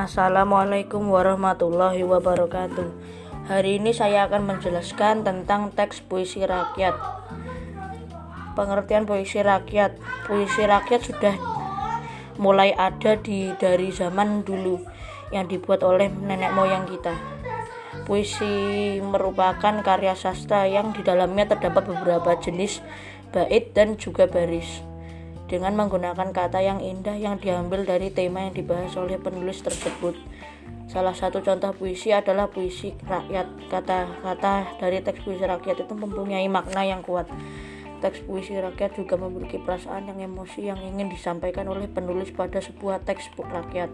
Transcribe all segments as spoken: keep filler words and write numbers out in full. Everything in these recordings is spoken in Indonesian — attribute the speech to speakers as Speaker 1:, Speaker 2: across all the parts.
Speaker 1: Assalamualaikum warahmatullahi wabarakatuh. Hari ini saya akan menjelaskan tentang teks puisi rakyat. Pengertian puisi rakyat. Puisi rakyat sudah mulai ada di dari zaman dulu yang dibuat oleh nenek moyang kita. Puisi merupakan karya sastra yang di dalamnya terdapat beberapa jenis bait dan juga baris, dengan menggunakan kata yang indah yang diambil dari tema yang dibahas oleh penulis tersebut. Salah satu contoh puisi adalah puisi rakyat. Kata-kata dari teks puisi rakyat itu mempunyai makna yang kuat. Teks puisi rakyat juga memiliki perasaan yang emosi yang ingin disampaikan oleh penulis pada sebuah teks rakyat.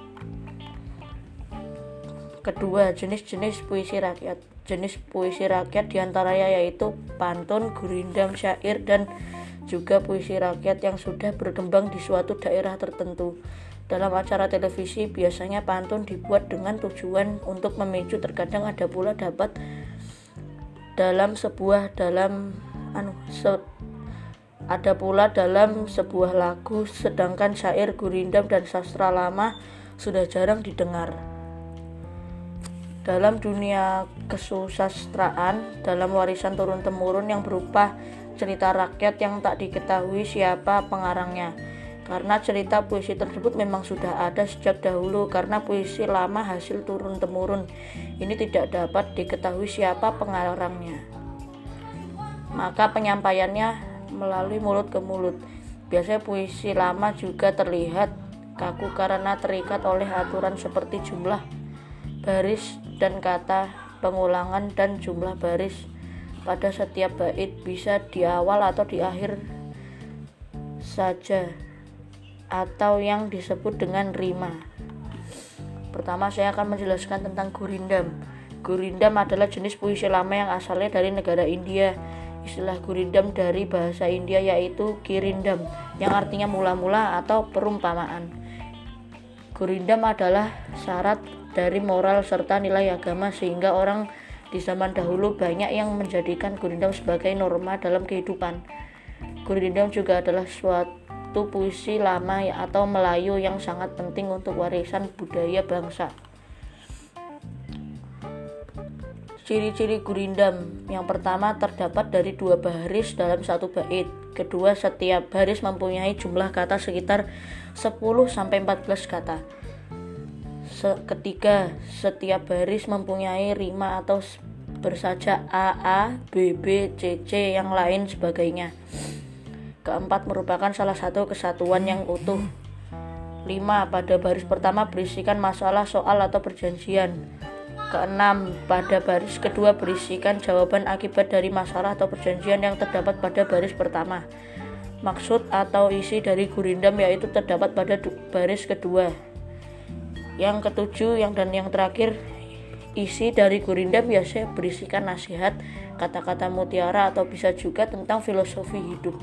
Speaker 1: Kedua, jenis-jenis puisi rakyat. Jenis puisi rakyat diantaranya yaitu pantun, gurindam, syair, dan juga puisi rakyat yang sudah berkembang di suatu daerah tertentu. Dalam acara televisi biasanya pantun dibuat dengan tujuan untuk memicu, terkadang ada pula dapat dalam sebuah dalam anu se, ada pula dalam sebuah lagu, sedangkan syair, gurindam, dan sastra lama sudah jarang didengar. Dalam dunia kesusastraan, dalam warisan turun-temurun yang berupa cerita rakyat yang tak diketahui siapa pengarangnya, karena cerita puisi tersebut memang sudah ada sejak dahulu. Karena puisi lama hasil turun-temurun ini tidak dapat diketahui siapa pengarangnya, maka penyampaiannya melalui mulut ke mulut. Biasanya puisi lama juga terlihat kaku karena terikat oleh aturan seperti jumlah baris dan kata, pengulangan dan jumlah baris pada setiap bait bisa di awal atau di akhir saja, atau yang disebut dengan rima. Pertama, saya akan menjelaskan tentang gurindam. Gurindam adalah jenis puisi lama yang asalnya dari negara India. Istilah gurindam dari bahasa India yaitu girindam, yang artinya mula-mula atau perumpamaan. Gurindam adalah syarat dari moral serta nilai agama, sehingga orang di zaman dahulu banyak yang menjadikan gurindam sebagai norma dalam kehidupan. Gurindam juga adalah suatu puisi lama atau Melayu yang sangat penting untuk warisan budaya bangsa. Ciri-ciri gurindam. Yang pertama, terdapat dari dua baris dalam satu bait. Kedua, setiap baris mempunyai jumlah kata sekitar sepuluh sampai empat belas kata. Ketiga, setiap baris mempunyai rima atau bersajak A, A, B, B, C, C, yang lain sebagainya. Keempat, merupakan salah satu kesatuan yang utuh. Lima, pada baris pertama berisikan masalah, soal, atau perjanjian. Keenam, pada baris kedua berisikan jawaban akibat dari masalah atau perjanjian yang terdapat pada baris pertama. Maksud atau isi dari gurindam yaitu terdapat pada baris kedua. Yang ketujuh yang dan yang terakhir, isi dari gurindam biasanya berisikan nasihat, kata-kata mutiara, atau bisa juga tentang filosofi hidup.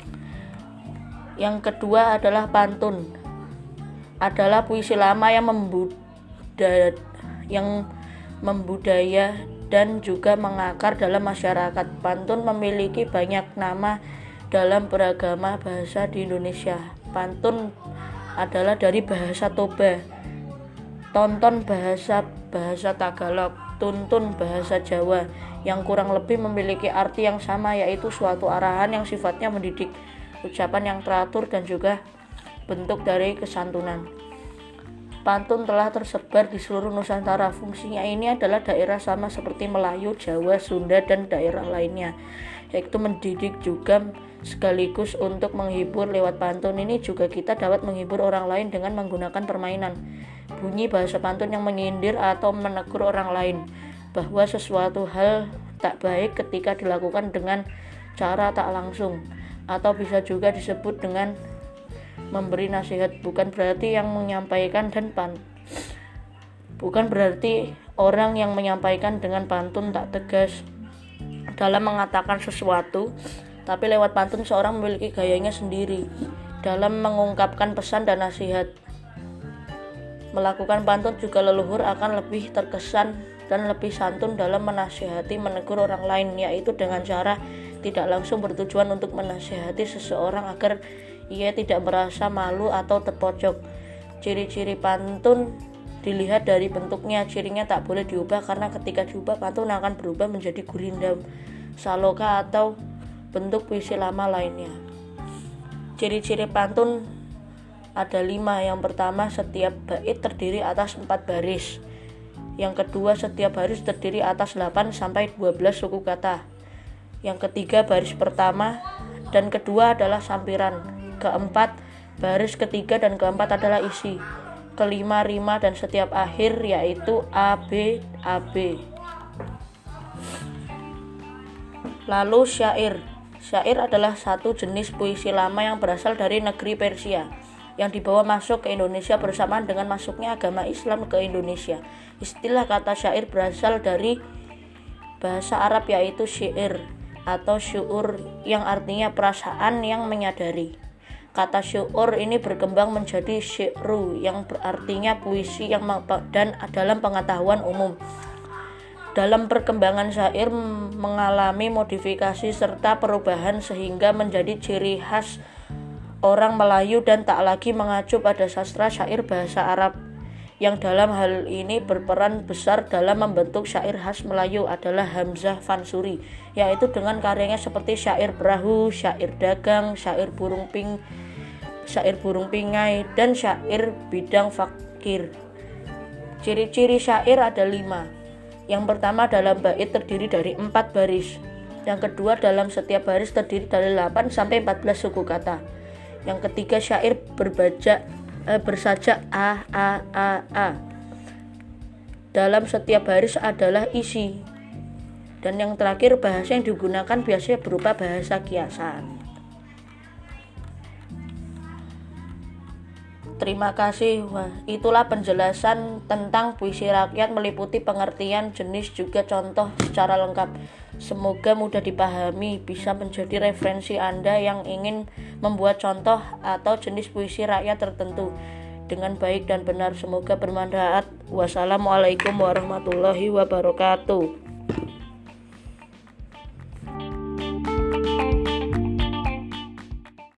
Speaker 1: Yang kedua adalah pantun. Adalah puisi lama yang membudaya, yang membudaya dan juga mengakar dalam masyarakat. Pantun memiliki banyak nama dalam beragama bahasa di Indonesia. Pantun adalah dari bahasa Toba, tonton bahasa bahasa Tagalog, tuntun bahasa Jawa, yang kurang lebih memiliki arti yang sama, yaitu suatu arahan yang sifatnya mendidik, ucapan yang teratur, dan juga bentuk dari kesantunan. Pantun telah tersebar di seluruh Nusantara. Fungsinya ini adalah daerah sama seperti Melayu, Jawa, Sunda, dan daerah lainnya, yaitu mendidik juga sekaligus untuk menghibur. Lewat pantun ini juga kita dapat menghibur orang lain dengan menggunakan permainan bunyi bahasa pantun yang menyindir atau menegur orang lain bahwa sesuatu hal tak baik ketika dilakukan dengan cara tak langsung, atau bisa juga disebut dengan memberi nasihat. Bukan berarti yang menyampaikan dan pan bukan berarti orang yang menyampaikan dengan pantun tak tegas dalam mengatakan sesuatu, tapi lewat pantun seorang memiliki gayanya sendiri dalam mengungkapkan pesan dan nasihat. Melakukan pantun juga leluhur akan lebih terkesan dan lebih santun dalam menasihati, menegur orang lain, yaitu dengan cara tidak langsung bertujuan untuk menasihati seseorang agar ia tidak merasa malu atau terpojok. Ciri-ciri pantun dilihat dari bentuknya. Cirinya tak boleh diubah karena ketika diubah pantun akan berubah menjadi gurindam, saloka atau bentuk puisi lama lainnya. Ciri-ciri pantun ada lima. Yang pertama, setiap bait terdiri atas empat baris. Yang kedua, setiap baris terdiri atas delapan sampai dua belas suku kata. Yang ketiga, baris pertama dan kedua adalah sampiran. Keempat, baris ketiga dan keempat adalah isi. Kelima, rima, dan setiap akhir yaitu A, B, A, B. Lalu syair. Syair adalah satu jenis puisi lama yang berasal dari negeri Persia, yang dibawa masuk ke Indonesia bersamaan dengan masuknya agama Islam ke Indonesia. Istilah kata syair berasal dari bahasa Arab yaitu syair atau syu'ur yang artinya perasaan yang menyadari. Kata syu'ur ini berkembang menjadi syi'ru yang berartinya puisi yang dan dalam pengetahuan umum. Dalam perkembangan syair mengalami modifikasi serta perubahan sehingga menjadi ciri khas orang Melayu dan tak lagi mengacu pada sastra syair bahasa Arab. Yang dalam hal ini berperan besar dalam membentuk syair khas Melayu adalah Hamzah Fansuri, yaitu dengan karyanya seperti syair perahu, syair dagang, syair burung ping, syair burung pingai, dan syair bidang fakir. Ciri-ciri syair ada lima. Yang pertama, dalam bait terdiri dari empat baris. Yang kedua, dalam setiap baris terdiri dari delapan sampai empat belas suku kata. Yang ketiga, syair berbajak bersajak a a a a. Dalam setiap baris adalah isi. Dan yang terakhir, bahasa yang digunakan biasanya berupa bahasa kiasan. Terima kasih. Wah, itulah penjelasan tentang puisi rakyat meliputi pengertian, jenis, juga contoh secara lengkap. Semoga mudah dipahami, bisa menjadi referensi Anda yang ingin membuat contoh atau jenis puisi rakyat tertentu dengan baik dan benar. Semoga bermanfaat. Wassalamualaikum warahmatullahi wabarakatuh.